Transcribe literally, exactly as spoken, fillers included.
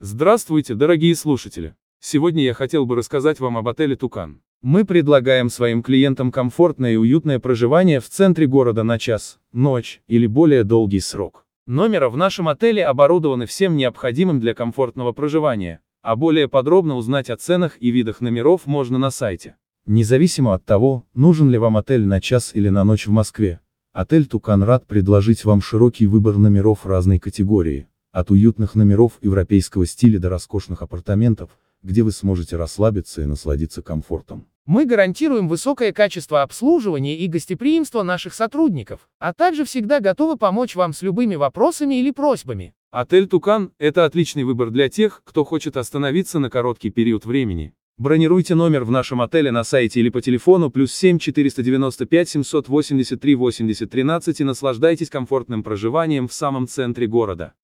Здравствуйте, дорогие слушатели! Сегодня я хотел бы рассказать вам об отеле Тукан. Мы предлагаем своим клиентам комфортное и уютное проживание в центре города на час, ночь или более долгий срок. Номера в нашем отеле оборудованы всем необходимым для комфортного проживания, а более подробно узнать о ценах и видах номеров можно на сайте. Независимо от того, нужен ли вам отель на час или на ночь в Москве, отель Тукан рад предложить вам широкий выбор номеров разной категории. От уютных номеров европейского стиля до роскошных апартаментов, где вы сможете расслабиться и насладиться комфортом. Мы гарантируем высокое качество обслуживания и гостеприимство наших сотрудников, а также всегда готовы помочь вам с любыми вопросами или просьбами. Отель Тукан – это отличный выбор для тех, кто хочет остановиться на короткий период времени. Бронируйте номер в нашем отеле на сайте или по телефону плюс семь четыреста девяносто пять семьсот восемьдесят три восемьдесят тринадцать и наслаждайтесь комфортным проживанием в самом центре города.